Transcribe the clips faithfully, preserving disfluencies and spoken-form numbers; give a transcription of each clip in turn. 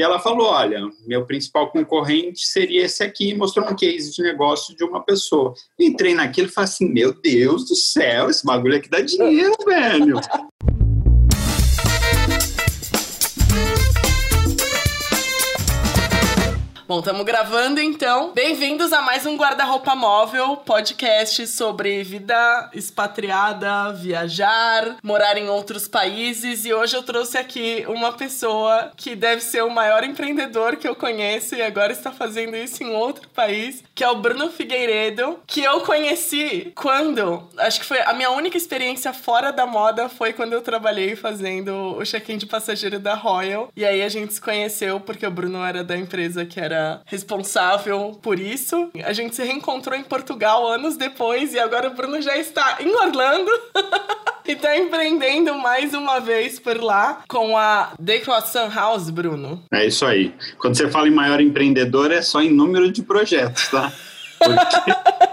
E ela falou, olha, meu principal concorrente seria esse aqui, e mostrou um case de negócio de uma pessoa. Entrei naquilo e falei assim, meu Deus do céu, esse bagulho aqui dá dinheiro, velho. Bom, estamos gravando então. Bem-vindos a mais um Guarda-Roupa Móvel, podcast sobre vida expatriada, viajar, morar em outros países. E hoje eu trouxe aqui uma pessoa que deve ser o maior empreendedor que eu conheço e agora está fazendo isso em outro país, que é o Bruno Figueiredo, que eu conheci quando... Acho que foi a minha única experiência fora da moda foi quando eu trabalhei fazendo o check-in de passageiro da Royal. E aí a gente se conheceu porque o Bruno era da empresa que era responsável por isso. A gente se reencontrou em Portugal anos depois e agora o Bruno já está em Orlando e está empreendendo mais uma vez por lá com a The Croissant House, Bruno. É isso aí. Quando você fala em maior empreendedor, é só em número de projetos, tá? Porque...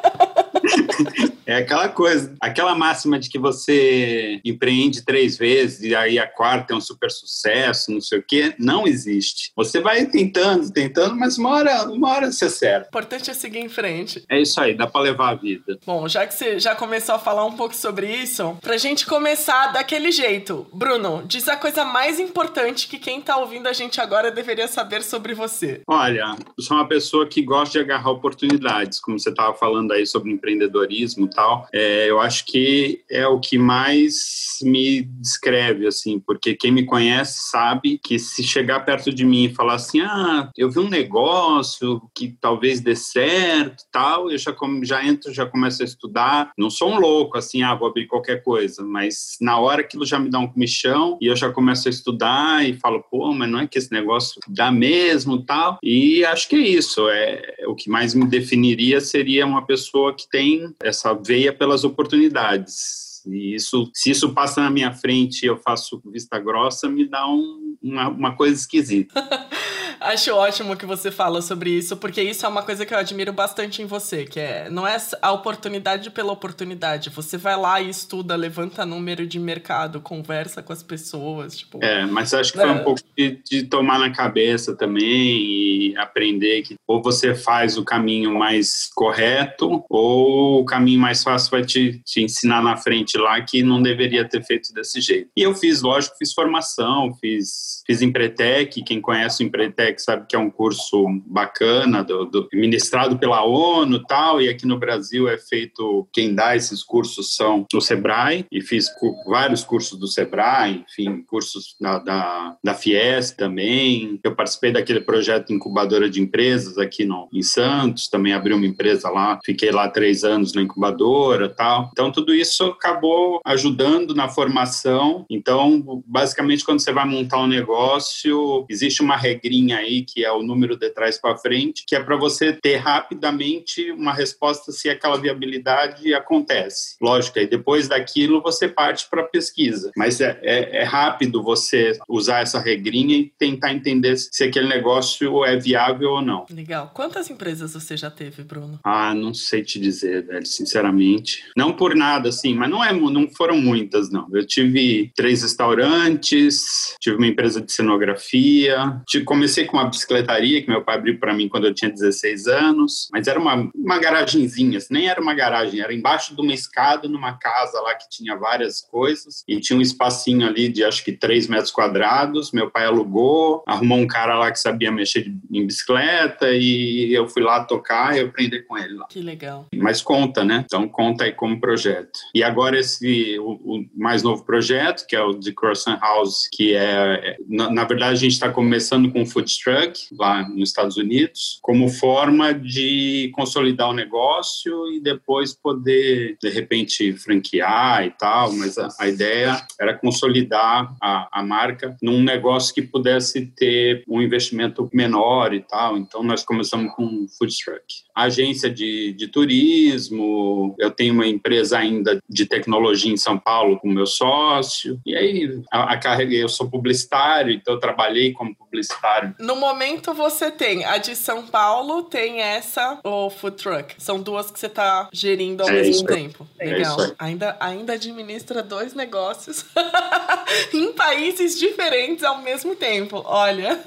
É aquela coisa, aquela máxima de que você empreende três vezes e aí a quarta é um super sucesso, não sei o quê, não existe. Você vai tentando, tentando, mas uma hora, uma hora você acerta. O importante é seguir em frente. É isso aí, dá pra levar a vida. Bom, já que você já começou a falar um pouco sobre isso, pra gente começar daquele jeito, Bruno, diz a coisa mais importante que quem tá ouvindo a gente agora deveria saber sobre você. Olha, eu sou uma pessoa que gosta de agarrar oportunidades, como você tava falando aí sobre empreendedorismo e tal. É, eu acho que é o que mais me descreve, assim, porque quem me conhece sabe que se chegar perto de mim e falar assim, ah, eu vi um negócio que talvez dê certo e tal, eu já, já entro, já começo a estudar. Não sou um louco, assim, ah, vou abrir qualquer coisa, mas na hora aquilo já me dá um comichão e eu já começo a estudar e falo, pô, mas não é que esse negócio dá mesmo e tal. E acho que é isso, é, o que mais me definiria seria uma pessoa que tem essa veia pelas oportunidades. E isso, se isso passa na minha frente e eu faço vista grossa, me dá um, uma, uma coisa esquisita. Acho ótimo que você fala sobre isso, porque isso é uma coisa que eu admiro bastante em você, que é, não é a oportunidade pela oportunidade. Você vai lá e estuda, levanta número de mercado, conversa com as pessoas, tipo... É, mas acho que foi um pouco de, de tomar na cabeça também e aprender que ou você faz o caminho mais correto ou o caminho mais fácil vai te, te ensinar na frente lá que não deveria ter feito desse jeito. E eu fiz, lógico, fiz formação, fiz, fiz Empretec, quem conhece o Empretec que sabe que é um curso bacana, do, do, ministrado pela ONU e tal, e aqui no Brasil é feito, quem dá esses cursos são o Sebrae, e fiz cu, vários cursos do Sebrae, enfim, cursos da, da, da Fiesp também. Eu participei daquele projeto incubadora de empresas aqui no, em Santos, também abri uma empresa lá, fiquei lá três anos na incubadora e tal. Então, tudo isso acabou ajudando na formação. Então, basicamente, quando você vai montar um negócio, existe uma regrinha aí, que é o número de trás para frente, que é para você ter rapidamente uma resposta se aquela viabilidade acontece. Lógico, aí depois daquilo você parte para pesquisa. Mas é, é, é rápido você usar essa regrinha e tentar entender se aquele negócio é viável ou não. Legal. Quantas empresas você já teve, Bruno? Ah, não sei te dizer, velho, sinceramente. Não por nada, assim, mas não, é, não foram muitas, não. Eu tive três restaurantes, tive uma empresa de cenografia, comecei com uma bicicletaria que meu pai abriu para mim quando eu tinha dezesseis anos, mas era uma, uma garagenzinha, nem era uma garagem, era embaixo de uma escada numa casa lá que tinha várias coisas e tinha um espacinho ali de acho que três metros quadrados. Meu pai alugou, arrumou um cara lá que sabia mexer de, em bicicleta e eu fui lá tocar e eu aprendi com ele lá. Que legal. Mas conta, né? Então conta aí como projeto. E agora esse, o, o mais novo projeto, que é o The Croissant House, que é, na, na verdade a gente está começando com o food truck lá nos Estados Unidos, como forma de consolidar o negócio e depois poder, de repente, franquear e tal, mas a, a ideia era consolidar a, a marca num negócio que pudesse ter um investimento menor e tal, então nós começamos com o food truck. A agência de, de turismo, eu tenho uma empresa ainda de tecnologia em São Paulo com meu sócio, e aí a, a carreira, eu sou publicitário, então eu trabalhei como publicitário no momento você tem a de São Paulo, tem essa, ou Food Truck. São duas que você tá gerindo ao é mesmo tempo. É Legal. Ainda, ainda administra dois negócios em países diferentes ao mesmo tempo. Olha...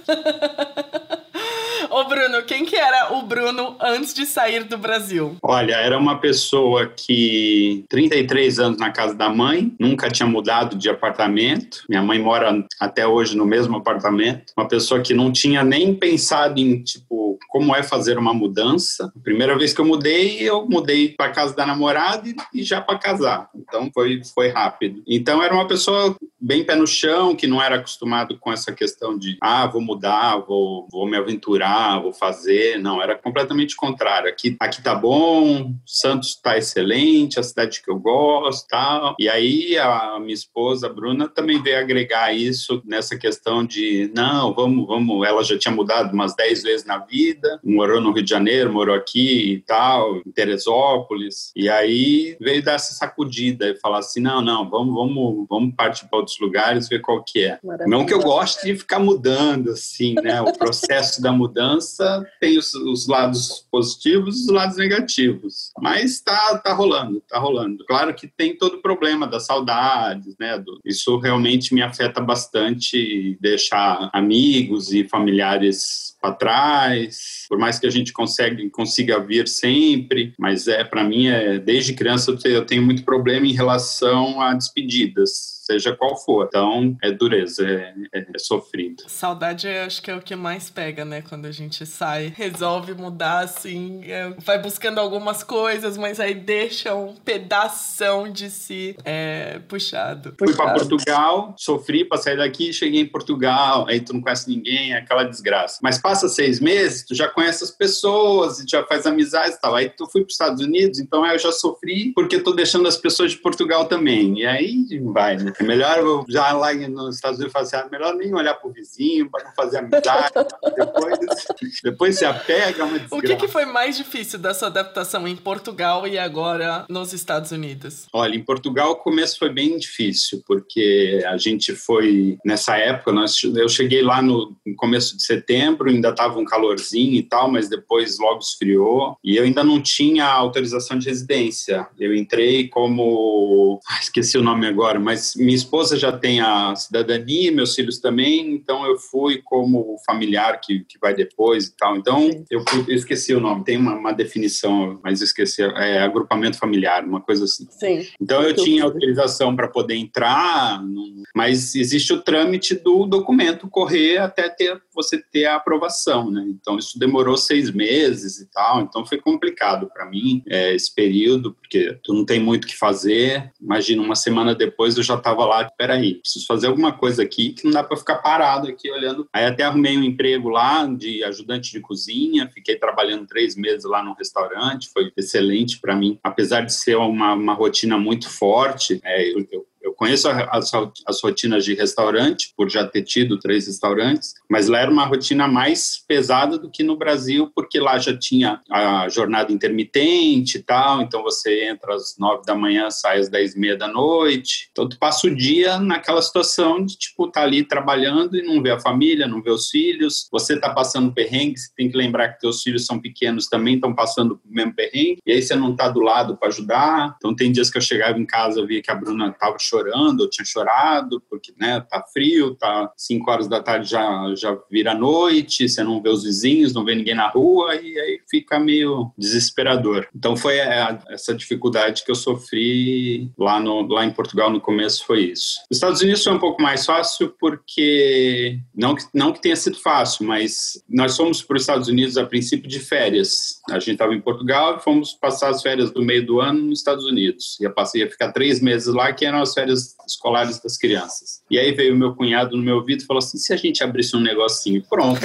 Ô Bruno, quem que era o Bruno antes de sair do Brasil? Olha, era uma pessoa que trinta e três anos na casa da mãe, nunca tinha mudado de apartamento. Minha mãe mora até hoje no mesmo apartamento. Uma pessoa que não tinha nem pensado em, tipo, como é fazer uma mudança. A primeira vez que eu mudei, eu mudei para casa da namorada e, e já para casar. Então foi, foi rápido. Então era uma pessoa bem pé no chão, que não era acostumado com essa questão de, ah, vou mudar, vou, vou me aventurar, vou fazer. Não, era completamente contrário. Aqui, aqui tá bom, Santos tá excelente, a cidade que eu gosto, tal. E aí a minha esposa, a Bruna, também veio agregar isso nessa questão de, não, vamos, vamos. Ela já tinha mudado umas dez vezes na vida, morou no Rio de Janeiro, morou aqui e tal, em Teresópolis. E aí veio dar essa sacudida e falar assim, não, não, vamos, vamos, vamos partir para outros lugares, ver qual que é. Não que eu goste de ficar mudando, assim, né? O processo da mudança tem os, os lados positivos e os lados negativos. Mas tá, tá rolando, tá rolando. Claro que tem todo o problema das saudades, né? Do, isso realmente me afeta bastante, deixar amigos e familiares para trás, por mais que a gente consegue, consiga vir sempre, mas é, para mim, é, desde criança eu tenho muito problema em relação a despedidas, seja qual for. Então, é dureza, é, é, é sofrido. Saudade, eu acho que é o que mais pega, né? Quando a gente sai, resolve mudar, assim, é, vai buscando algumas coisas, mas aí deixa um pedação de si é, puxado. Fui para Portugal, sofri para sair daqui, cheguei em Portugal, aí tu não conhece ninguém, é aquela desgraça. Mas passa seis meses, tu já conhece as pessoas, já faz amizades e tal. Aí tu fui para os Estados Unidos, então eu já sofri porque tô deixando as pessoas de Portugal também. E aí vai, né? É melhor eu já lá nos Estados Unidos fazer, assim, ah, melhor nem olhar pro vizinho para não fazer amizade. depois, depois se apega, uma desgraça. O que, que foi mais difícil da sua adaptação em Portugal e agora nos Estados Unidos? Olha, em Portugal o começo foi bem difícil, porque a gente foi, nessa época, nós, eu cheguei lá no, no começo de setembro, ainda estava um calorzinho e tal, mas depois logo esfriou, e eu ainda não tinha autorização de residência. Eu entrei como... Ah, esqueci o nome agora, mas minha esposa já tem a cidadania, meus filhos também, então eu fui como familiar que, que vai depois e tal. Então, eu, eu esqueci o nome, tem uma, uma definição, mas esqueci, é agrupamento familiar, uma coisa assim. Sim. Então, eu tinha autorização para poder entrar, mas existe o trâmite do documento correr até ter, você ter a aprovação, né? Então, isso demorou seis meses e tal, então foi complicado para mim é, esse período, porque tu não tem muito o que fazer. Imagina, uma semana depois eu já estava lá, peraí, preciso fazer alguma coisa aqui que não dá para ficar parado aqui olhando. Aí até arrumei um emprego lá de ajudante de cozinha, fiquei trabalhando três meses lá num restaurante, foi excelente para mim, apesar de ser uma, uma rotina muito forte, é, eu, eu Eu conheço as, as rotinas de restaurante, por já ter tido três restaurantes, mas lá era uma rotina mais pesada do que no Brasil, porque lá já tinha a jornada intermitente e tal, então você entra às nove da manhã, sai às dez e meia da noite. Então tu passa o dia naquela situação de, tipo, tá ali trabalhando e não vê a família, não vê os filhos, você tá passando perrengue, você tem que lembrar que teus filhos são pequenos também, estão passando o mesmo perrengue, e aí você não tá do lado para ajudar. Então tem dias que eu chegava em casa, eu via que a Bruna tava chorando, eu tinha chorado, porque, né, tá frio, tá cinco horas da tarde, já, já vira noite, você não vê os vizinhos, não vê ninguém na rua, e aí fica meio desesperador. Então foi a, essa dificuldade que eu sofri lá, no, lá em Portugal no começo, foi isso. Nos Estados Unidos foi um pouco mais fácil, porque, não que, não que tenha sido fácil, mas nós fomos para os Estados Unidos a princípio de férias. A gente estava em Portugal e fomos passar as férias do meio do ano nos Estados Unidos. Ia, passar, ia ficar três meses lá, que eram as férias escolares das crianças. E aí veio o meu cunhado no meu ouvido e falou assim, se a gente abrisse um negocinho, pronto.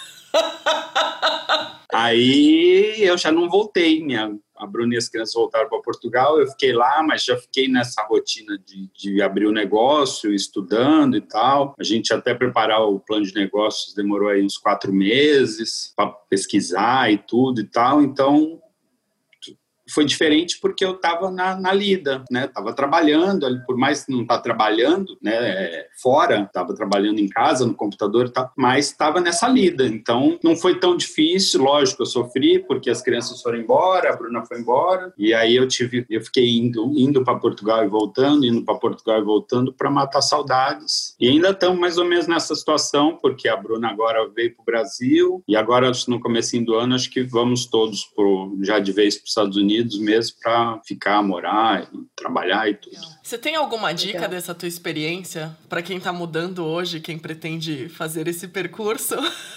Aí eu já não voltei, minha, a Bruna e as crianças voltaram para Portugal, eu fiquei lá, mas já fiquei nessa rotina de, de abrir o negócio, estudando e tal. A gente até preparar o plano de negócios demorou aí uns quatro meses para pesquisar e tudo e tal, então foi diferente porque eu estava na, na lida, né? Estava trabalhando, por mais que não estar trabalhando, né? Fora, estava trabalhando em casa, no computador e tal, mas estava nessa lida. Então, não foi tão difícil. Lógico, eu sofri porque as crianças foram embora, a Bruna foi embora, e aí eu tive, eu fiquei indo, indo para Portugal e voltando, indo para Portugal e voltando para matar saudades. E ainda estamos mais ou menos nessa situação, porque a Bruna agora veio para o Brasil e agora, no comecinho do ano, acho que vamos todos pro, já de vez para os Estados Unidos mesmo para ficar, morar, e trabalhar e tudo. Você tem alguma dica Legal. dessa tua experiência para quem está mudando hoje, quem pretende fazer esse percurso?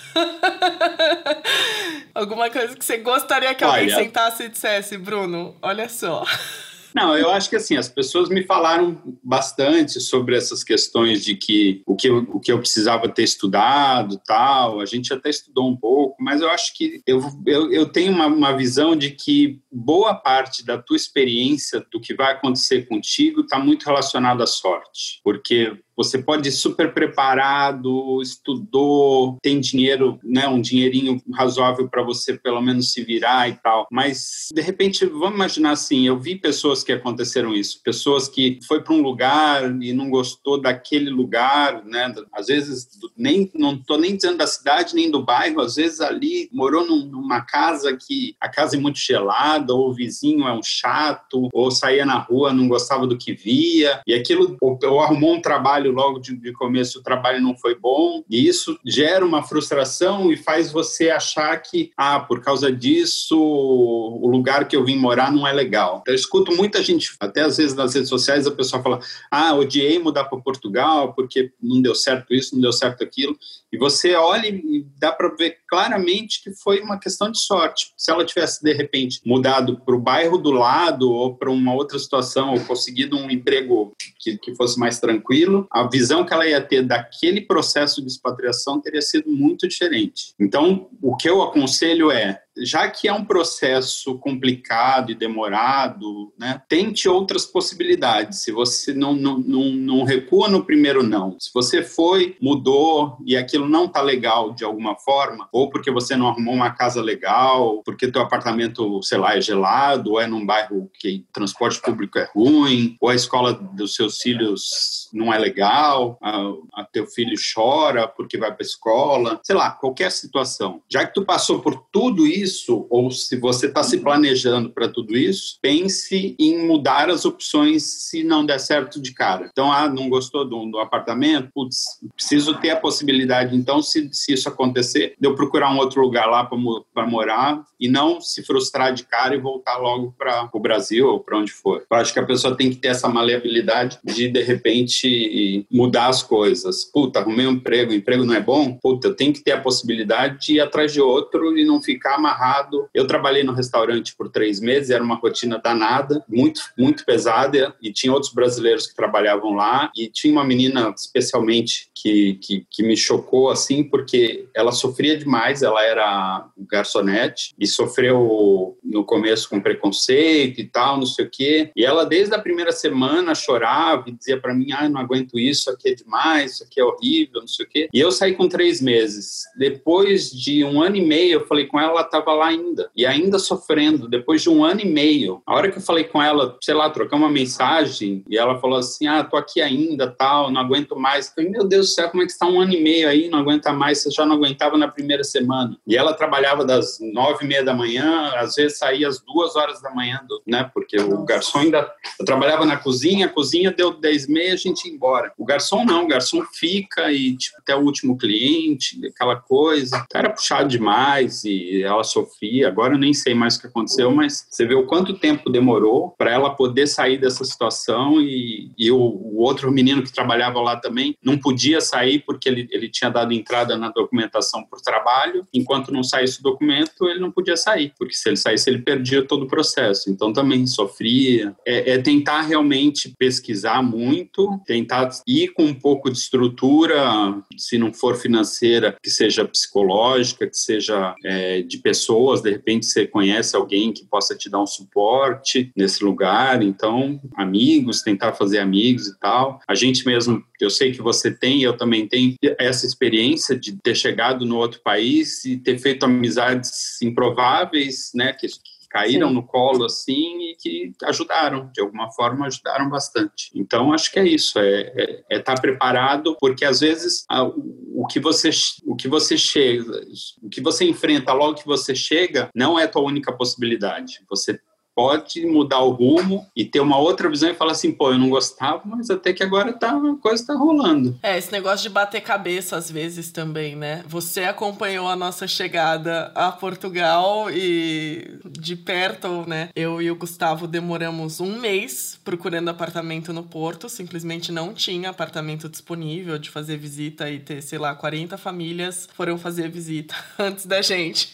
Alguma coisa que você gostaria que alguém Olha, sentasse e dissesse, Bruno, olha só. Não, eu acho que assim, as pessoas me falaram bastante sobre essas questões de que o que eu, o que eu precisava ter estudado, tal, a gente até estudou um pouco, mas eu acho que eu, eu, eu tenho uma, uma visão de que boa parte da tua experiência, do que vai acontecer contigo, está muito relacionado à sorte, porque você pode ir super preparado, estudou, tem dinheiro, né, um dinheirinho razoável para você pelo menos se virar e tal. Mas, de repente, vamos imaginar assim, eu vi pessoas que aconteceram isso. Pessoas que foi para um lugar e não gostou daquele lugar, né? Às vezes, nem, não estou nem dizendo da cidade, nem do bairro. Às vezes ali morou num, numa casa que a casa é muito gelada, ou o vizinho é um chato, ou saía na rua, não gostava do que via. E aquilo, ou, ou arrumou um trabalho logo de, de começo, o trabalho não foi bom, e isso gera uma frustração e faz você achar que, ah, por causa disso, o lugar que eu vim morar não é legal. Então, eu escuto muita gente, até às vezes nas redes sociais, a pessoa fala, ah, odiei mudar para Portugal porque não deu certo isso, não deu certo aquilo, e você olha e dá para ver claramente que foi uma questão de sorte. Se ela tivesse, de repente, mudado para o bairro do lado ou para uma outra situação, ou conseguido um emprego que, que fosse mais tranquilo, a visão que ela ia ter daquele processo de expatriação teria sido muito diferente. Então, o que eu aconselho é, já que é um processo complicado e demorado, né, tente outras possibilidades. Se você não, não, não, não recua no primeiro não, se você foi, mudou e aquilo não está legal de alguma forma, ou porque você não arrumou uma casa legal, porque teu apartamento, sei lá, é gelado, ou é num bairro que o transporte público é ruim, ou a escola dos seus filhos não é legal, a, a teu filho chora porque vai para a escola, sei lá, qualquer situação. Já que tu passou por tudo isso, Isso, ou se você está se planejando para tudo isso, pense em mudar as opções se não der certo de cara. Então, ah, não gostou do, do apartamento? Putz, preciso ter a possibilidade, então, se, se isso acontecer, de eu procurar um outro lugar lá para morar e não se frustrar de cara e voltar logo para o Brasil ou para onde for. Eu acho que a pessoa tem que ter essa maleabilidade de, de repente, mudar as coisas. Puta, arrumei um emprego, o emprego não é bom? Puta, eu tenho que ter a possibilidade de ir atrás de outro e não ficar amarrado. Eu trabalhei no restaurante por três meses, era uma rotina danada, muito, muito pesada, e tinha outros brasileiros que trabalhavam lá, e tinha uma menina especialmente que, que, que me chocou, assim, porque ela sofria demais, ela era garçonete, e sofreu no começo com preconceito e tal, não sei o quê, e ela desde a primeira semana chorava e dizia pra mim, ah, não aguento isso, isso aqui é demais, isso aqui é horrível, não sei o quê, e eu saí com três meses. Depois de um ano e meio, eu falei com ela, ela estava lá ainda, e ainda sofrendo, depois de um ano e meio. A hora que eu falei com ela, sei lá, trocar uma mensagem, e ela falou assim, ah, tô aqui ainda, tal, não aguento mais. Eu falei, meu Deus do céu, como é que você está um ano e meio aí, não aguenta mais, você já não aguentava na primeira semana. E ela trabalhava das nove e meia da manhã, às vezes saía às duas horas da manhã, né, porque o garçom ainda... Eu trabalhava na cozinha, a cozinha deu dez e meia, a gente ia embora. O garçom não, o garçom fica e, tipo, até o último cliente, aquela coisa. Era puxado demais e ela sofria, agora eu nem sei mais o que aconteceu, mas você vê o quanto tempo demorou para ela poder sair dessa situação e, e o, o outro menino que trabalhava lá também não podia sair porque ele, ele tinha dado entrada na documentação por trabalho, enquanto não saísse o documento ele não podia sair, porque se ele saísse ele perdia todo o processo, então também sofria. É, é tentar realmente pesquisar muito, tentar ir com um pouco de estrutura, se não for financeira, que seja psicológica, que seja é, de pessoas, de repente você conhece alguém que possa te dar um suporte nesse lugar, então amigos, tentar fazer amigos e tal. A gente mesmo, eu sei que você tem, eu também tenho essa experiência de ter chegado no outro país e ter feito amizades improváveis, né, que caíram Sim. no colo, assim, e que ajudaram, de alguma forma ajudaram bastante. Então, acho que é isso, é estar é, é tá preparado, porque às vezes a, o, que você, o que você chega, o que você enfrenta logo que você chega, não é a tua única possibilidade. Você pode mudar o rumo e ter uma outra visão e falar assim, pô, eu não gostava, mas até que agora tá, a coisa tá rolando. É, esse negócio de bater cabeça às vezes também, né? Você acompanhou a nossa chegada a Portugal e de perto, né? Eu e o Gustavo demoramos um mês procurando apartamento no Porto, simplesmente não tinha apartamento disponível de fazer visita e ter, sei lá, quarenta famílias foram fazer visita antes da gente.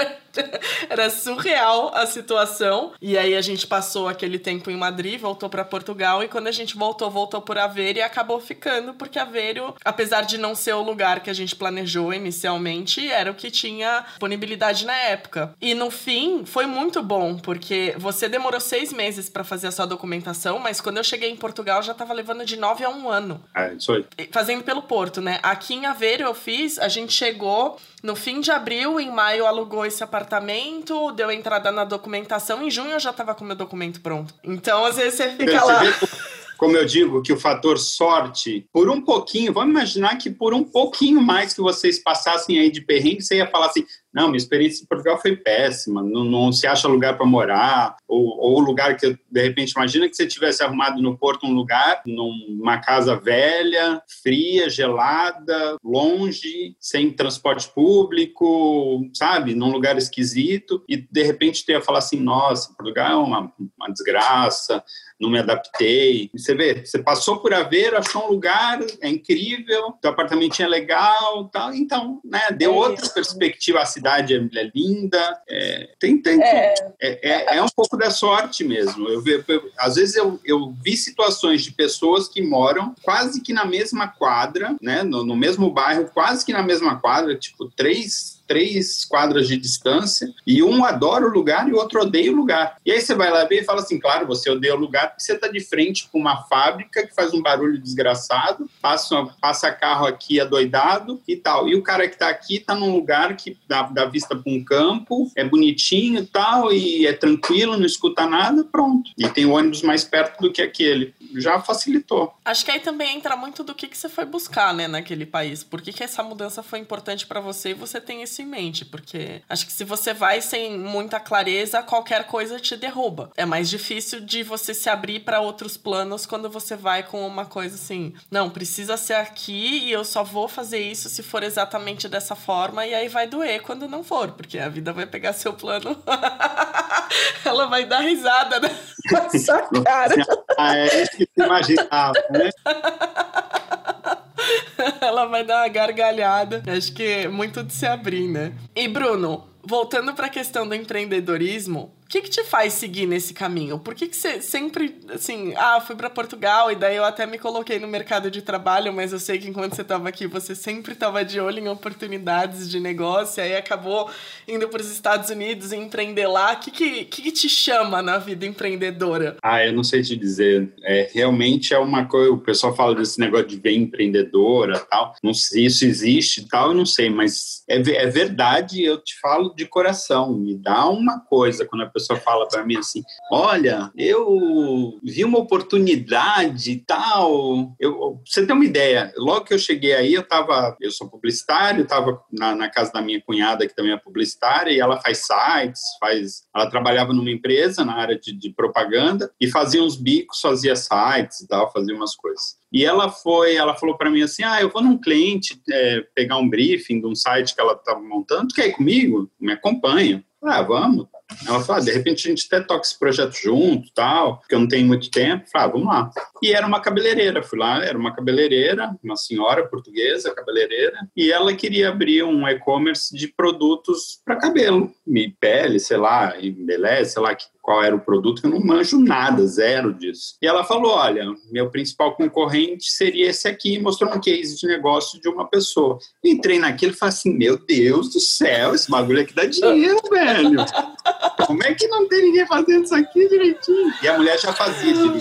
Era surreal a situação. E aí a gente passou aquele tempo em Madrid, voltou para Portugal, e quando a gente voltou, voltou por Aveiro e acabou ficando, porque Aveiro, apesar de não ser o lugar que a gente planejou inicialmente, era o que tinha disponibilidade na época. E no fim, foi muito bom, porque você demorou seis meses para fazer a sua documentação, mas quando eu cheguei em Portugal já tava levando de nove a um ano. É, isso aí. Fazendo pelo Porto, né? Aqui em Aveiro eu fiz, a gente chegou no fim de abril, em maio alugou esse apartamento, deu entrada na documentação, em junho eu já tava com meu documento pronto. Então, às vezes você fica você lá... Vê, como eu digo, que o fator sorte, por um pouquinho, vamos imaginar que por um pouquinho mais que vocês passassem aí de perrengue, você ia falar assim, não, minha experiência em Portugal foi péssima, não, não se acha lugar para morar, ou, ou lugar que, de repente, imagina que você tivesse arrumado no Porto um lugar, numa casa velha, fria, gelada, longe, sem transporte público, sabe, num lugar esquisito, e de repente tu ia falar assim, nossa, Portugal é uma, uma desgraça, não me adaptei. Você vê, você passou por Aveiro, achou um lugar, é incrível, teu apartamentinho é legal, tal. Então, né, deu é outra perspectiva, a cidade é, é linda, é, tem, tem, é. É, é um pouco da sorte mesmo. Eu, eu, eu, às vezes eu, eu vi situações de pessoas que moram quase que na mesma quadra, né, no, no mesmo bairro, quase que na mesma quadra, tipo, três... três quadras de distância, e um adora o lugar e o outro odeia o lugar. E aí você vai lá ver e fala assim, claro, você odeia o lugar porque você está de frente com uma fábrica que faz um barulho desgraçado, passa, passa carro aqui adoidado e tal. E o cara que está aqui está num lugar que dá, dá vista para um campo, é bonitinho e tal, e é tranquilo, não escuta nada, pronto. E tem o ônibus mais perto do que aquele. Já facilitou. Acho que aí também entra muito do que, que você foi buscar, né, naquele país. Por que, que essa mudança foi importante para você e você tem isso em mente? Porque acho que se você vai sem muita clareza, qualquer coisa te derruba. É mais difícil de você se abrir para outros planos quando você vai com uma coisa assim, não, precisa ser aqui e eu só vou fazer isso se for exatamente dessa forma, e aí vai doer quando não for, porque a vida vai pegar seu plano. Ela vai dar risada na sua cara. Ah, é isso que você imaginava, né? Ela vai dar uma gargalhada. Acho que é muito de se abrir, né? E, Bruno, voltando para a questão do empreendedorismo, o que que te faz seguir nesse caminho? Por que que você sempre, assim, ah, fui para Portugal e daí eu até me coloquei no mercado de trabalho, mas eu sei que enquanto você estava aqui, você sempre estava de olho em oportunidades de negócio, aí acabou indo para os Estados Unidos e empreender lá. O que que, que que te chama na vida empreendedora? Ah, eu não sei te dizer. É, realmente é uma coisa, o pessoal fala desse negócio de ver empreendedora e tal, não sei se isso existe e tal, eu não sei, mas é, é verdade, eu te falo de coração, me dá uma coisa quando a pessoa fala para mim assim, olha, eu vi uma oportunidade e tal. Eu, você tem uma ideia, logo que eu cheguei aí, eu tava, eu sou publicitário, estava na, na casa da minha cunhada, que também é publicitária, e ela faz sites, faz, ela trabalhava numa empresa na área de, de propaganda e fazia uns bicos, fazia sites e tal, fazia umas coisas. E ela foi, ela falou para mim assim, ah, eu vou num cliente é, pegar um briefing de um site que ela estava montando, tu quer ir comigo? Me acompanha. Ah, vamos. Ela falou, ah, de repente a gente até toca esse projeto junto, tal, porque eu não tenho muito tempo. Falei, ah, vamos lá. E era uma cabeleireira, fui lá, era uma cabeleireira, uma senhora portuguesa, cabeleireira, e ela queria abrir um e-commerce de produtos para cabelo, pele, sei lá, embeleze, sei lá que qual era o produto, que eu não manjo nada, zero disso. E ela falou, olha, meu principal concorrente seria esse aqui, e mostrou um case de negócio de uma pessoa. Entrei naquilo e falei assim, meu Deus do céu, esse bagulho aqui dá dinheiro, velho. Como é que não tem ninguém fazendo isso aqui direitinho? E a mulher já fazia direitinho.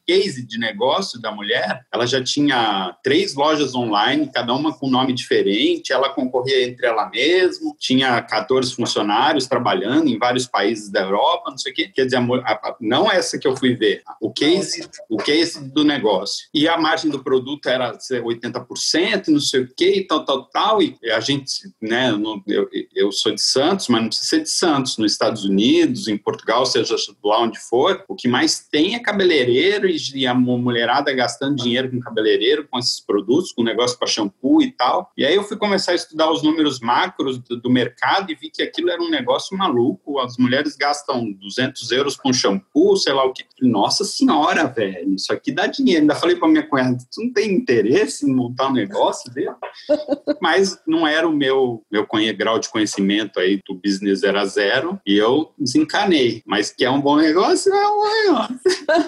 case de negócio da mulher, ela já tinha três lojas online, cada uma com nome diferente, ela concorria entre ela mesma, tinha quatorze funcionários trabalhando em vários países da Europa, não sei o quê. Quer dizer, a, a, não essa que eu fui ver, o case, o case do negócio. E a margem do produto era oitenta por cento, não sei o quê, e tal, tal, tal. E a gente, né, eu, eu sou de Santos, mas não precisa ser de Santos. Nos Estados Unidos, em Portugal, seja lá onde for, o que mais tem é cabeleireiro e a mulherada gastando dinheiro com cabeleireiro, com esses produtos, com negócio para shampoo e tal. E aí eu fui começar a estudar os números macros do, do mercado e vi que aquilo era um negócio maluco. As mulheres gastam duzentos euros com shampoo, sei lá o que. Nossa senhora, velho, isso aqui dá dinheiro. Ainda falei para minha cunhada, tu não tem interesse em montar um negócio dele? Mas não era o meu, meu grau de conhecimento aí do business era zero e eu desencanei. Mas que é um bom negócio, é um bom negócio.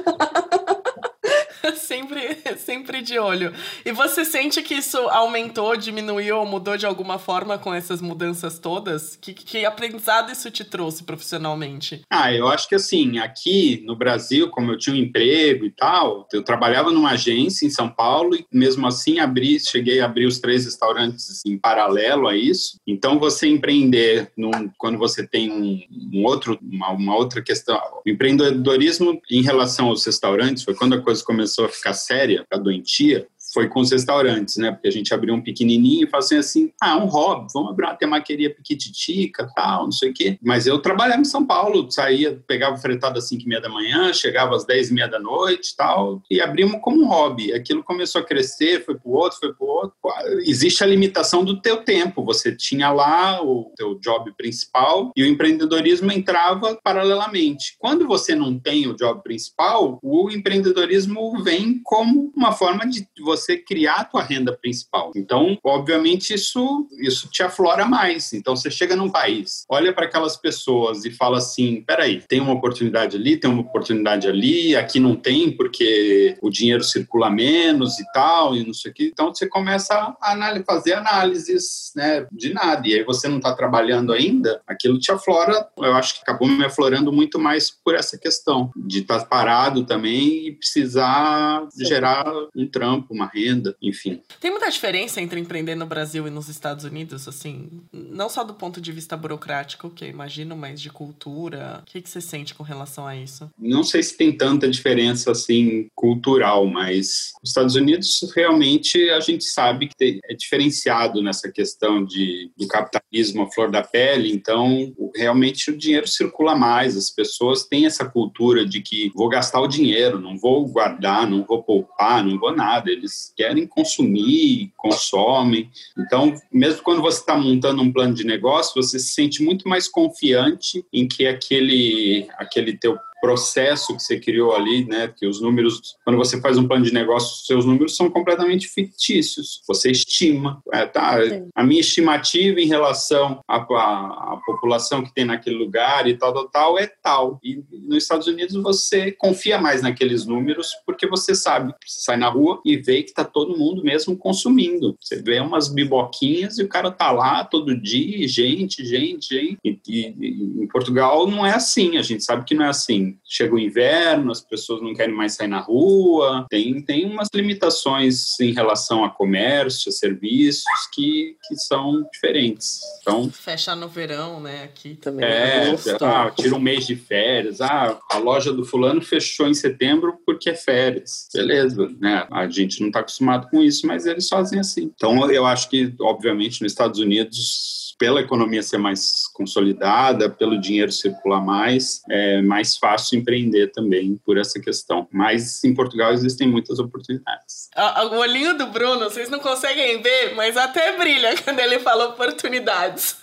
Sempre, sempre de olho. E você sente que isso aumentou, diminuiu ou mudou de alguma forma com essas mudanças todas? Que, que aprendizado isso te trouxe profissionalmente? Ah, eu acho que assim, aqui no Brasil, como eu tinha um emprego e tal, eu trabalhava numa agência em São Paulo e mesmo assim abri, cheguei a abrir os três restaurantes em paralelo a isso. Então você empreender num, quando você tem um, um outro, uma, uma outra questão, o empreendedorismo em relação aos restaurantes foi quando a coisa começou a ficar séria, ficar doentia, foi com os restaurantes, né? Porque a gente abriu um pequenininho e falou assim, assim, ah, um hobby, vamos abrir uma temaqueria piquititica, tal, não sei o quê. Mas eu trabalhava em São Paulo, saía, pegava fretado às cinco e meia da manhã, chegava às dez e meia da noite, tal, e abrimos como um hobby. Aquilo começou a crescer, foi pro outro, foi pro outro. Existe a limitação do teu tempo. Você tinha lá o teu job principal e o empreendedorismo entrava paralelamente. Quando você não tem o job principal, o empreendedorismo vem como uma forma de você você criar a tua renda principal. Então, obviamente, isso, isso te aflora mais. Então, você chega num país, olha para aquelas pessoas e fala assim, peraí, tem uma oportunidade ali, tem uma oportunidade ali, aqui não tem porque o dinheiro circula menos e tal, e não sei o que. Então, você começa a fazer análises, né, de nada. E aí você não está trabalhando ainda, aquilo te aflora. Eu acho que acabou me aflorando muito mais por essa questão de estar parado também e precisar Sim. gerar um trampo, uma renda, enfim. Tem muita diferença entre empreender no Brasil e nos Estados Unidos, assim, não só do ponto de vista burocrático, que eu imagino, mas de cultura. O que, que você sente com relação a isso? Não sei se tem tanta diferença, assim, cultural, mas os Estados Unidos, realmente, a gente sabe que é diferenciado nessa questão de, do capitalismo à flor da pele, então, realmente, o dinheiro circula mais, as pessoas têm essa cultura de que vou gastar o dinheiro, não vou guardar, não vou poupar, não vou nada, eles querem consumir, consomem. Então, mesmo quando você está montando um plano de negócio, você se sente muito mais confiante em que aquele, aquele teu processo que você criou ali, né, que os números, quando você faz um plano de negócio, seus números são completamente fictícios. Você estima, é, tá, a minha estimativa em relação à, à, à população que tem naquele lugar e tal, tal, tal, é tal. E nos Estados Unidos você confia mais naqueles números porque você sabe, você sai na rua e vê que tá todo mundo mesmo consumindo. Você vê umas biboquinhas e o cara tá lá todo dia, gente, gente, gente. E, e, e em Portugal não é assim, a gente sabe que não é assim. Chega o inverno, as pessoas não querem mais sair na rua, tem, tem umas limitações em relação a comércio, a serviços que, que são diferentes. Então, fechar no verão, né, aqui também. É, ah, tira um mês de férias, ah, a loja do fulano fechou em setembro porque é férias. Beleza, né, a gente não está acostumado com isso, mas eles fazem assim. Então, eu acho que, obviamente, nos Estados Unidos, pela economia ser mais consolidada, pelo dinheiro circular mais, é mais fácil empreender também por essa questão. Mas em Portugal existem muitas oportunidades. O olhinho do Bruno, vocês não conseguem ver, mas até brilha quando ele fala oportunidades.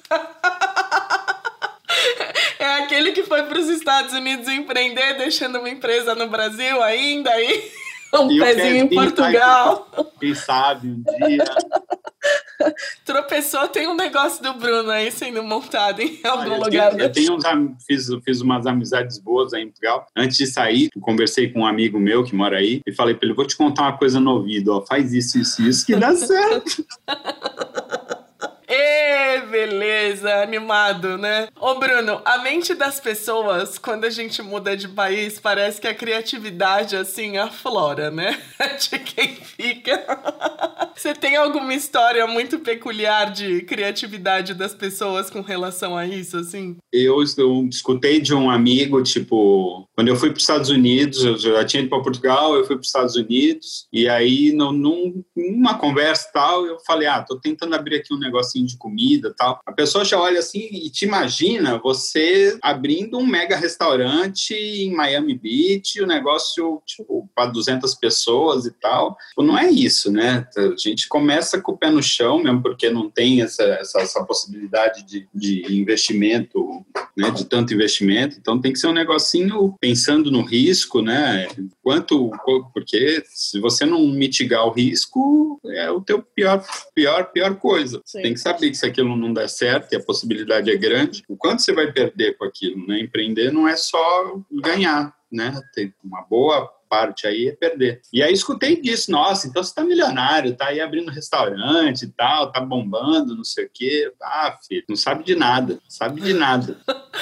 É aquele que foi para os Estados Unidos empreender, deixando uma empresa no Brasil ainda aí. Um e pezinho em Portugal. Tá, quem sabe um dia. Tropeçou, tem um negócio do Bruno aí sendo montado em algum eu lugar. Tenho, eu tenho uns, fiz, fiz umas amizades boas aí em Portugal. Antes de sair, conversei com um amigo meu que mora aí e falei para ele, vou te contar uma coisa no ouvido, ó, faz isso, isso, isso que dá certo. Ê, beleza, animado, né? Ô, Bruno, a mente das pessoas, quando a gente muda de país, parece que a criatividade, assim, aflora, né? De quem fica. Você tem alguma história muito peculiar de criatividade das pessoas com relação a isso, assim? Eu, eu escutei de um amigo, tipo, quando eu fui para os Estados Unidos, eu já tinha ido para Portugal, eu fui para os Estados Unidos, e aí, no, num, numa conversa e tal, eu falei, ah, tô tentando abrir aqui um negocinho de comida e tal. A pessoa já olha assim e te imagina você abrindo um mega restaurante em Miami Beach, o negócio, tipo, para duzentas pessoas e tal. Não é isso, né? A gente começa com o pé no chão mesmo, porque não tem essa, essa, essa possibilidade de, de investimento, né? De tanto investimento. Então tem que ser um negocinho pensando no risco, né? Quanto, porque se você não mitigar o risco, é o teu pior, pior, pior coisa. Você tem que saber que se aquilo não der certo e a possibilidade é grande, o quanto você vai perder com aquilo, né? Empreender não é só ganhar, né? Tem uma boa parte aí é perder. E aí escutei disso, nossa, então você tá milionário, tá aí abrindo restaurante e tal, tá bombando, não sei o quê. Ah, filho, não sabe de nada, não sabe de nada.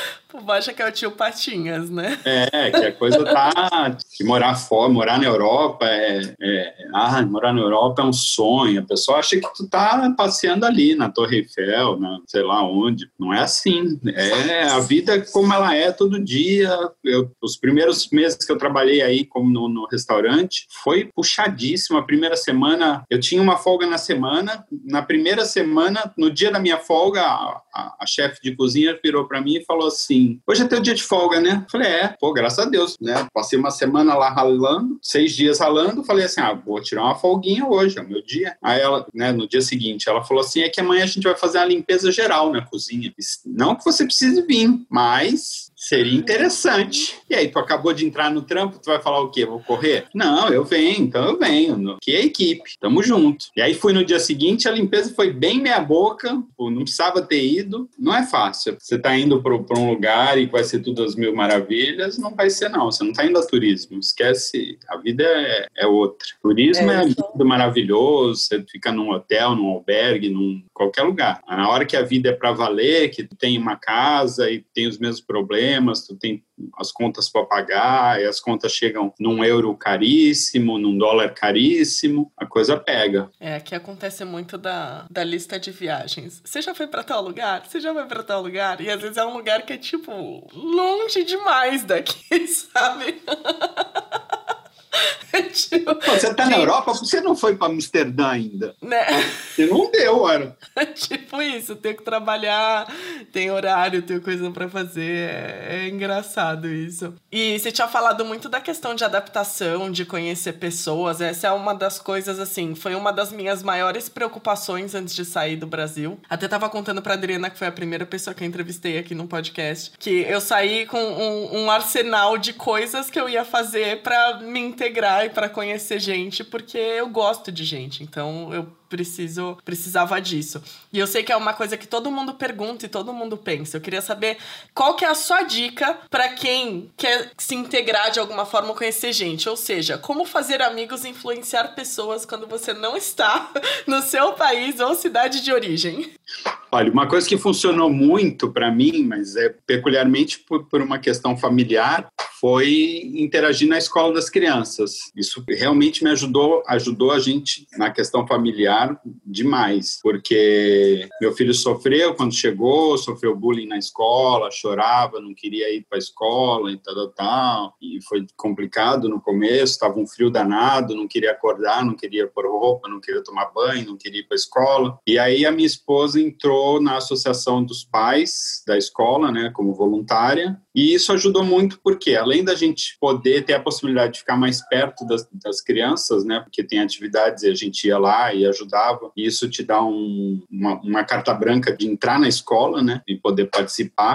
O acha que é o tio Patinhas, né? É, que a coisa tá... Que morar fora, morar na Europa é, é... Ah, morar na Europa é um sonho. A pessoa acha que tu tá passeando ali na Torre Eiffel, na, sei lá onde. Não é assim. É a vida como ela é todo dia. Eu, os primeiros meses que eu trabalhei aí como no, no restaurante, foi puxadíssimo. A primeira semana, eu tinha uma folga na semana. Na primeira semana, no dia da minha folga, a, a, a chefe de cozinha virou pra mim e falou assim, hoje é teu dia de folga, né? Falei, é, pô, graças a Deus, né? Passei uma semana lá ralando, seis dias ralando, falei assim, ah, vou tirar uma folguinha hoje, é o meu dia. Aí ela, né, no dia seguinte, ela falou assim, é que amanhã a gente vai fazer uma limpeza geral na cozinha. Não que você precise vir, mas seria interessante. E aí, tu acabou de entrar no trampo, tu vai falar o quê? Vou correr? Não, eu venho, então eu venho. Que é a equipe, tamo junto. E aí fui no dia seguinte, a limpeza foi bem meia boca, não precisava ter ido. Não é fácil. Você tá indo para um lugar e vai ser tudo as mil maravilhas, não vai ser não. Você não tá indo a turismo, esquece. A vida é, é outra. Turismo é, é lindo, maravilhoso, você fica num hotel, num albergue, num qualquer lugar. Na hora que a vida é para valer, que tu tem uma casa e tem os mesmos problemas, tu tem as contas para pagar, e as contas chegam num euro caríssimo, num dólar caríssimo, a coisa pega. É, aqui acontece muito da, da lista de viagens. Você já foi para tal lugar? Você já foi para tal lugar? E às vezes é um lugar que é, tipo, longe demais daqui, sabe? Tipo, você tá na Europa, você não foi pra Amsterdã ainda. Né? Você não deu, cara. Tipo isso, tem que trabalhar, tem horário, tem coisa pra fazer. É, é engraçado isso. E você tinha falado muito da questão de adaptação, de conhecer pessoas. Essa é uma das coisas, assim, foi uma das minhas maiores preocupações antes de sair do Brasil. Até tava contando pra Adriana, que foi a primeira pessoa que eu entrevistei aqui no podcast, que eu saí com um, um arsenal de coisas que eu ia fazer pra me integrar e pra conhecer gente, porque eu gosto de gente, então eu preciso, precisava disso. E eu sei que é uma coisa que todo mundo pergunta e todo mundo pensa. Eu queria saber qual que é a sua dica pra quem quer se integrar de alguma forma ou conhecer gente, ou seja, como fazer amigos e influenciar pessoas quando você não está no seu país ou cidade de origem. Olha, uma coisa que funcionou muito para mim, mas é peculiarmente por, por uma questão familiar, foi interagir na escola das crianças. Isso realmente me ajudou, ajudou a gente na questão familiar demais, porque meu filho sofreu quando chegou, sofreu bullying na escola, chorava, não queria ir para a escola e tal, tal, tal, e foi complicado no começo, estava um frio danado, não queria acordar, não queria pôr roupa, não queria tomar banho, não queria ir para a escola. E aí a minha esposa entrou na associação dos pais da escola, né, como voluntária, e isso ajudou muito porque, além da gente poder ter a possibilidade de ficar mais perto das, das crianças, né, porque tem atividades e a gente ia lá e ajudava, e isso te dá um, uma, uma carta branca de entrar na escola, né, e poder participar.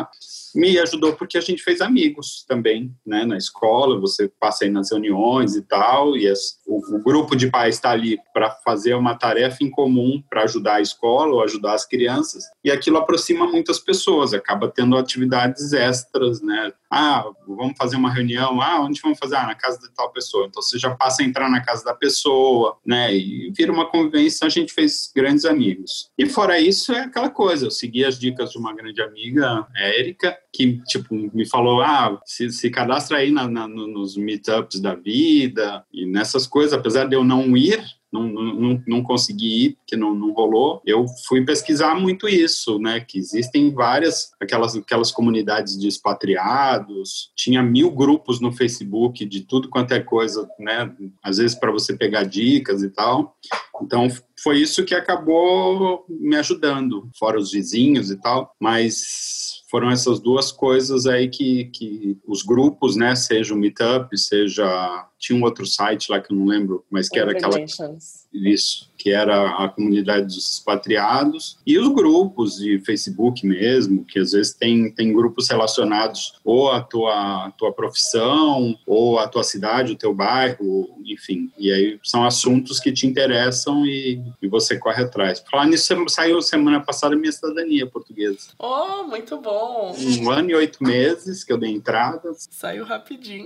me ajudou porque a gente fez amigos também, né, na escola, você passa aí nas reuniões e tal, e as, o, o grupo de pais está ali para fazer uma tarefa em comum para ajudar a escola ou ajudar as crianças, e aquilo aproxima muitas pessoas, acaba tendo atividades extras, né, ah, vamos fazer uma reunião, ah, onde vamos fazer? Ah, na casa de tal pessoa, então você já passa a entrar na casa da pessoa, né, e vira uma convivência, a gente fez grandes amigos. E fora isso, é aquela coisa, eu segui as dicas de uma grande amiga, Érica, que, tipo, me falou, ah, se, se cadastra aí na, na, nos meetups da vida e nessas coisas, apesar de eu não ir, não, não, não consegui ir, porque não, não rolou, eu fui pesquisar muito isso, né, que existem várias, aquelas, aquelas comunidades de expatriados, tinha mil grupos no Facebook de tudo quanto é coisa, né, às vezes para você pegar dicas e tal, então foi isso que acabou me ajudando, fora os vizinhos e tal, mas foram essas duas coisas aí que, que os grupos, né, seja o Meetup, seja... Tinha um outro site lá que eu não lembro, mas que era aquela... Isso, que era a comunidade dos expatriados e os grupos de Facebook mesmo, que às vezes tem, tem grupos relacionados ou à tua, à tua profissão, ou à tua cidade, o teu bairro, enfim. E aí são assuntos que te interessam e, e você corre atrás. Falar nisso, saiu semana passada a minha cidadania portuguesa. Oh, muito bom! Um ano e oito meses que eu dei entrada. Saiu rapidinho.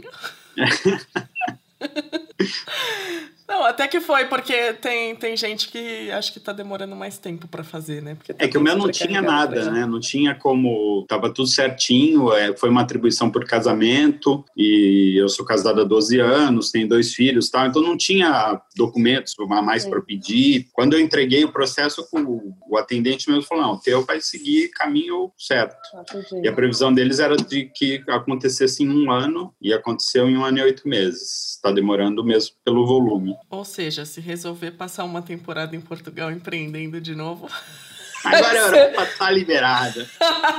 Não, até que foi, porque tem, tem gente que acho que tá demorando mais tempo para fazer, né? Porque é que o meu não tinha nada, né? Não tinha como... Tava tudo certinho, é, foi uma atribuição por casamento, e eu sou casado há doze anos, tenho dois filhos e tal, então não tinha documentos a mais para pedir. Quando eu entreguei o processo, o, o atendente mesmo falou, não, o teu vai seguir caminho certo. Ah, e a previsão deles era de que acontecesse em um ano, e aconteceu em um ano e oito meses. Está demorando mesmo pelo volume. Ou seja, se resolver passar uma temporada em Portugal empreendendo de novo... Agora a Europa está liberada.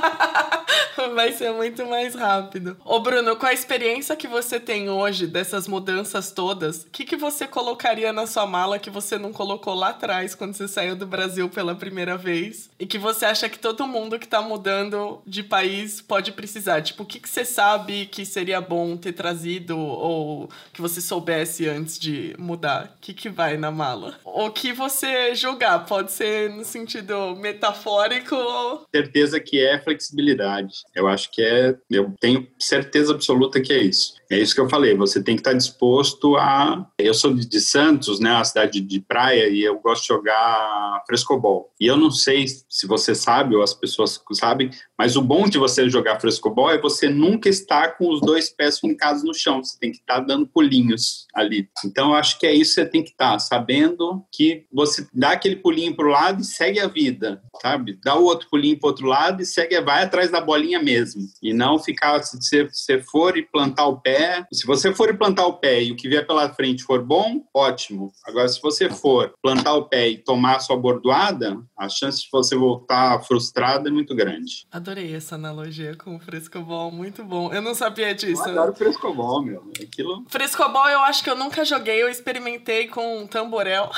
Vai ser muito mais rápido. Ô Bruno, com a experiência que você tem hoje dessas mudanças todas, o que, que você colocaria na sua mala que você não colocou lá atrás quando você saiu do Brasil pela primeira vez? E que você acha que todo mundo que tá mudando de país pode precisar? Tipo, o que, que você sabe que seria bom ter trazido ou que você soubesse antes de mudar? O que, que vai na mala? O que você julgar, pode ser no sentido metafórico. Certeza que é flexibilidade. Eu acho que é, eu tenho certeza absoluta que é isso. É isso que eu falei, você tem que estar disposto a... Eu sou de Santos, né, uma cidade de praia, e eu gosto de jogar frescobol. E eu não sei se você sabe, ou as pessoas sabem, mas o bom de você jogar frescobol é você nunca estar com os dois pés fincados no chão, você tem que estar dando pulinhos ali. Então, eu acho que é isso que você tem que estar, sabendo que você dá aquele pulinho para o lado e segue a vida, sabe? Dá o outro pulinho para o outro lado e segue, vai atrás da bolinha mesmo. E não ficar, se você for e plantar o pé, se você for plantar o pé e o que vier pela frente for bom, ótimo. Agora, se você for plantar o pé e tomar a sua bordoada, a chance de você voltar frustrado é muito grande. Adorei essa analogia com o frescobol, muito bom. Eu não sabia disso. Eu adoro frescobol, meu. Aquilo... Frescobol eu acho que eu nunca joguei, eu experimentei com um tamborel.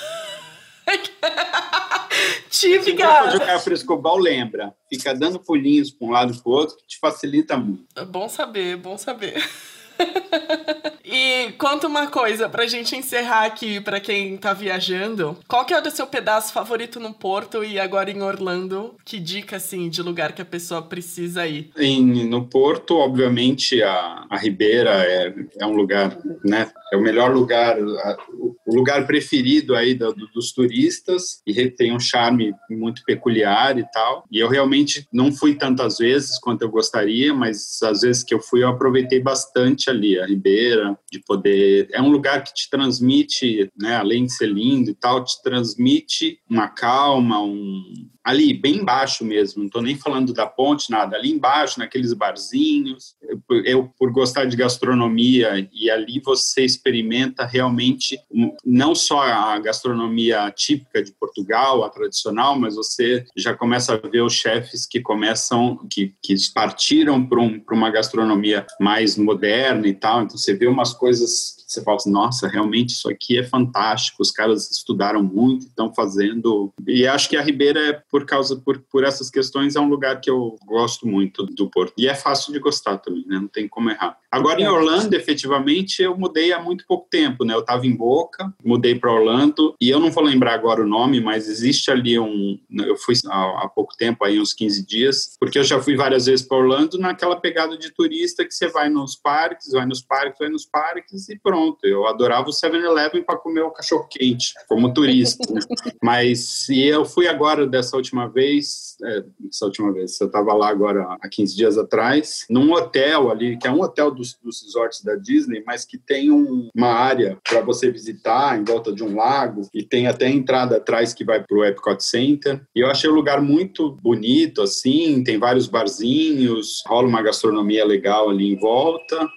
Típica. Se jogar frescobol, lembra. Fica dando pulinhos para um lado e para o outro, que te facilita muito. É bom saber, bom saber. E conta uma coisa pra gente encerrar aqui, pra quem tá viajando. Qual que é o seu pedaço favorito no Porto e agora em Orlando? Que dica, assim, de lugar que a pessoa precisa ir? Em, no Porto, obviamente, a, a Ribeira é, é um lugar, né? É o melhor lugar, a, o lugar preferido aí do, do, dos turistas, e tem um charme muito peculiar e tal. E eu realmente não fui tantas vezes quanto eu gostaria, mas às vezes que eu fui eu aproveitei bastante ali, a Ribeira, de poder... É um lugar que te transmite, né, além de ser lindo e tal, te transmite uma calma, um... ali, bem embaixo mesmo, não estou nem falando da ponte, nada, ali embaixo, naqueles barzinhos, eu, eu, por gostar de gastronomia, e ali você experimenta realmente, não só a gastronomia típica de Portugal, a tradicional, mas você já começa a ver os chefes que começam, que, que partiram para um, para uma gastronomia mais moderna e tal, então você vê umas coisas... Você fala assim, nossa, realmente isso aqui é fantástico, os caras estudaram muito, estão fazendo... E acho que a Ribeira é por causa, por, por essas questões, é um lugar que eu gosto muito do Porto. E é fácil de gostar também, né? Não tem como errar. Agora, em Orlando, efetivamente, eu mudei há muito pouco tempo, né? Eu estava em Boca, mudei para Orlando, e eu não vou lembrar agora o nome, mas existe ali um... Eu fui há, há pouco tempo, aí uns quinze dias, porque eu já fui várias vezes para Orlando naquela pegada de turista que você vai nos parques, vai nos parques, vai nos parques e pronto. Eu adorava o seven eleven para comer o cachorro-quente, como turista. Né? Mas e eu fui agora, dessa última vez, é, dessa última vez, eu estava lá agora há quinze dias atrás, num hotel ali, que é um hotel dos, dos resorts da Disney, mas que tem um, uma área para você visitar em volta de um lago, e tem até a entrada atrás que vai para o Epcot Center. E eu achei o lugar muito bonito, assim, tem vários barzinhos, rola uma gastronomia legal ali em volta,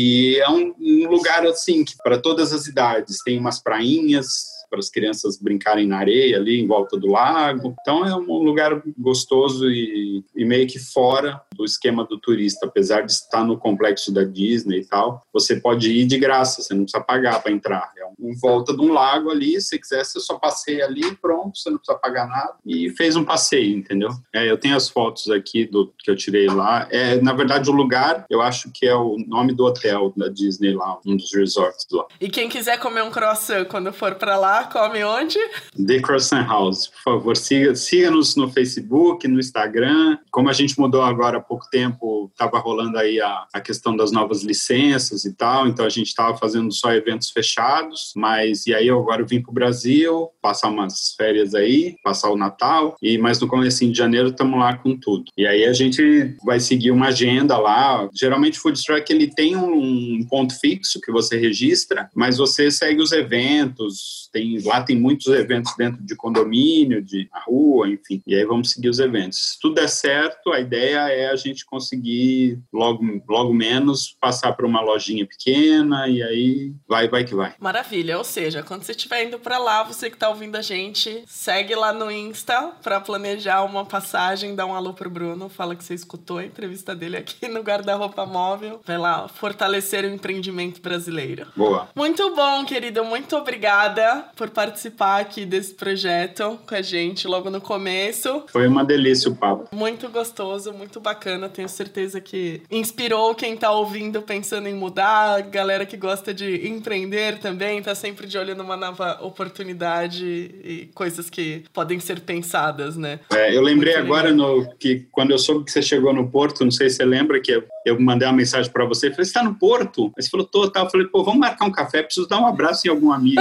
e é um, um lugar, assim, que para todas as idades, tem umas prainhas para as crianças brincarem na areia ali em volta do lago. Então é um lugar gostoso e, e meio que fora do esquema do turista, apesar de estar no complexo da Disney e tal, você pode ir de graça, você não precisa pagar para entrar. É em volta de um lago ali, se quiser, você só passeia ali e pronto, você não precisa pagar nada. E fez um passeio, entendeu? É, eu tenho as fotos aqui do que eu tirei lá. É, na verdade, o lugar, eu acho que é o nome do hotel da Disney lá, um dos resorts lá. E quem quiser comer um croissant quando for para lá, come onde? The Croissant House. Por favor, siga, siga-nos no Facebook, no Instagram. Como a gente mudou agora há pouco tempo, estava rolando aí a, a questão das novas licenças e tal, então a gente estava fazendo só eventos fechados, mas e aí eu agora vim para o Brasil, passar umas férias aí, passar o Natal, e mas no comecinho de janeiro estamos lá com tudo. E aí a gente vai seguir uma agenda lá. Geralmente o Food Truck ele tem um ponto fixo que você registra, mas você segue os eventos, tem lá tem muitos eventos dentro de condomínio, de na rua, enfim. E aí vamos seguir os eventos. Se tudo der certo, a ideia é a gente conseguir logo, logo menos passar para uma lojinha pequena e aí vai, vai que vai. Maravilha. Ou seja, quando você estiver indo para lá, você que está ouvindo a gente, segue lá no Insta para planejar uma passagem, dá um alô pro Bruno, fala que você escutou a entrevista dele aqui no Guarda-Roupa Móvel. Vai lá fortalecer o empreendimento brasileiro. Boa. Muito bom, querido. Muito obrigada por participar aqui desse projeto com a gente logo no começo. Foi uma delícia o papo. Muito gostoso, muito bacana. Tenho certeza que inspirou quem tá ouvindo pensando em mudar, a galera que gosta de empreender também, tá sempre de olho numa nova oportunidade e coisas que podem ser pensadas, né? É, eu lembrei muito agora no, que quando eu soube que você chegou no Porto, não sei se você lembra que eu, eu mandei uma mensagem pra você, falei, você tá no Porto? Aí você falou, tô, tá. Eu falei, pô, vamos marcar um café, preciso dar um abraço em algum amigo.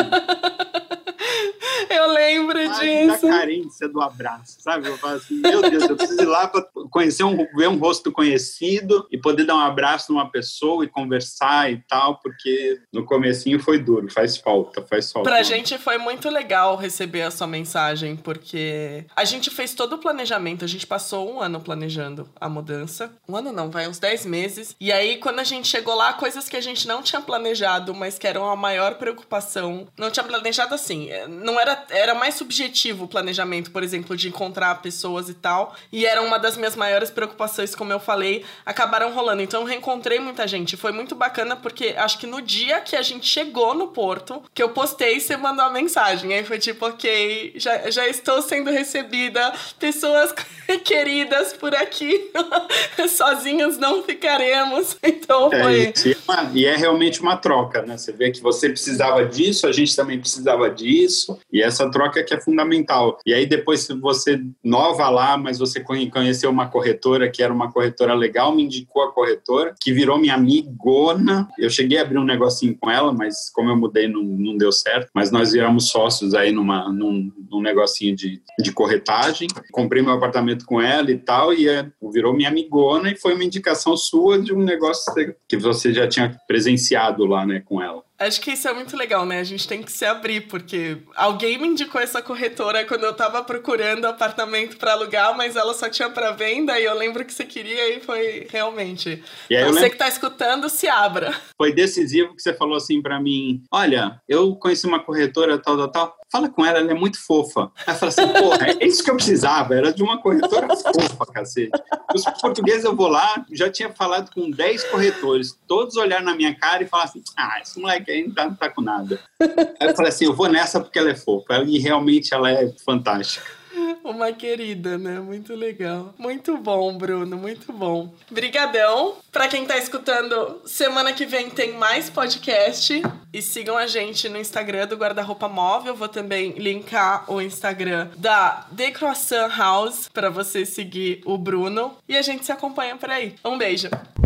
Eu lembro ah, disso. Da carência do abraço, sabe? Eu falo assim, meu Deus, eu preciso ir lá para conhecer um, ver um rosto conhecido e poder dar um abraço numa pessoa e conversar e tal, porque no comecinho foi duro, faz falta, faz falta. Pra gente foi muito legal receber a sua mensagem, porque a gente fez todo o planejamento, a gente passou um ano planejando a mudança. Um ano não, vai uns dez meses. E aí, quando a gente chegou lá, coisas que a gente não tinha planejado, mas que eram a maior preocupação. Não tinha planejado assim, não era Era mais subjetivo o planejamento, por exemplo, de encontrar pessoas e tal. E era uma das minhas maiores preocupações, como eu falei, acabaram rolando. Então eu reencontrei muita gente. Foi muito bacana, porque acho que no dia que a gente chegou no Porto, que eu postei, você mandou a mensagem. Aí foi tipo, ok, já, já estou sendo recebida. Pessoas queridas por aqui. Sozinhos não ficaremos. Então foi... É, e, uma, e é realmente uma troca, né? Você vê que você precisava disso, a gente também precisava disso. E essa troca que é fundamental. E aí depois você nova lá, mas você conheceu uma corretora que era uma corretora legal, me indicou a corretora, que virou minha amigona. Eu cheguei a abrir um negocinho com ela, mas como eu mudei não, não deu certo. Mas nós viramos sócios aí numa, num, num negocinho de, de corretagem. Comprei meu apartamento com ela e tal, e é, virou minha amigona e foi uma indicação sua de um negócio que você já tinha presenciado lá, né, com ela. Acho que isso é muito legal, né? A gente tem que se abrir, porque alguém me indicou essa corretora quando eu tava procurando apartamento pra alugar, mas ela só tinha pra venda, e eu lembro que você queria e foi realmente. E aí então, você lembro... que tá escutando, se abra. Foi decisivo que você falou assim pra mim, olha, eu conheci uma corretora tal, tal, tal, fala com ela, ela é muito fofa. Aí eu falei assim, porra, é isso que eu precisava, era de uma corretora fofa, cacete. Os portugueses, eu vou lá, já tinha falado com dez corretores, todos olharam na minha cara e falaram assim, ah, esse moleque aí não tá, não tá com nada. Aí eu falei assim, eu vou nessa porque ela é fofa, e realmente ela é fantástica. Uma querida, né? Muito legal. Muito bom, Bruno, muito bom. Brigadão. Pra quem tá escutando, semana que vem tem mais podcast. E sigam a gente no Instagram do Guarda-Roupa Móvel. Vou também linkar o Instagram da The Croissant House pra você seguir o Bruno. E a gente se acompanha por aí. Um beijo.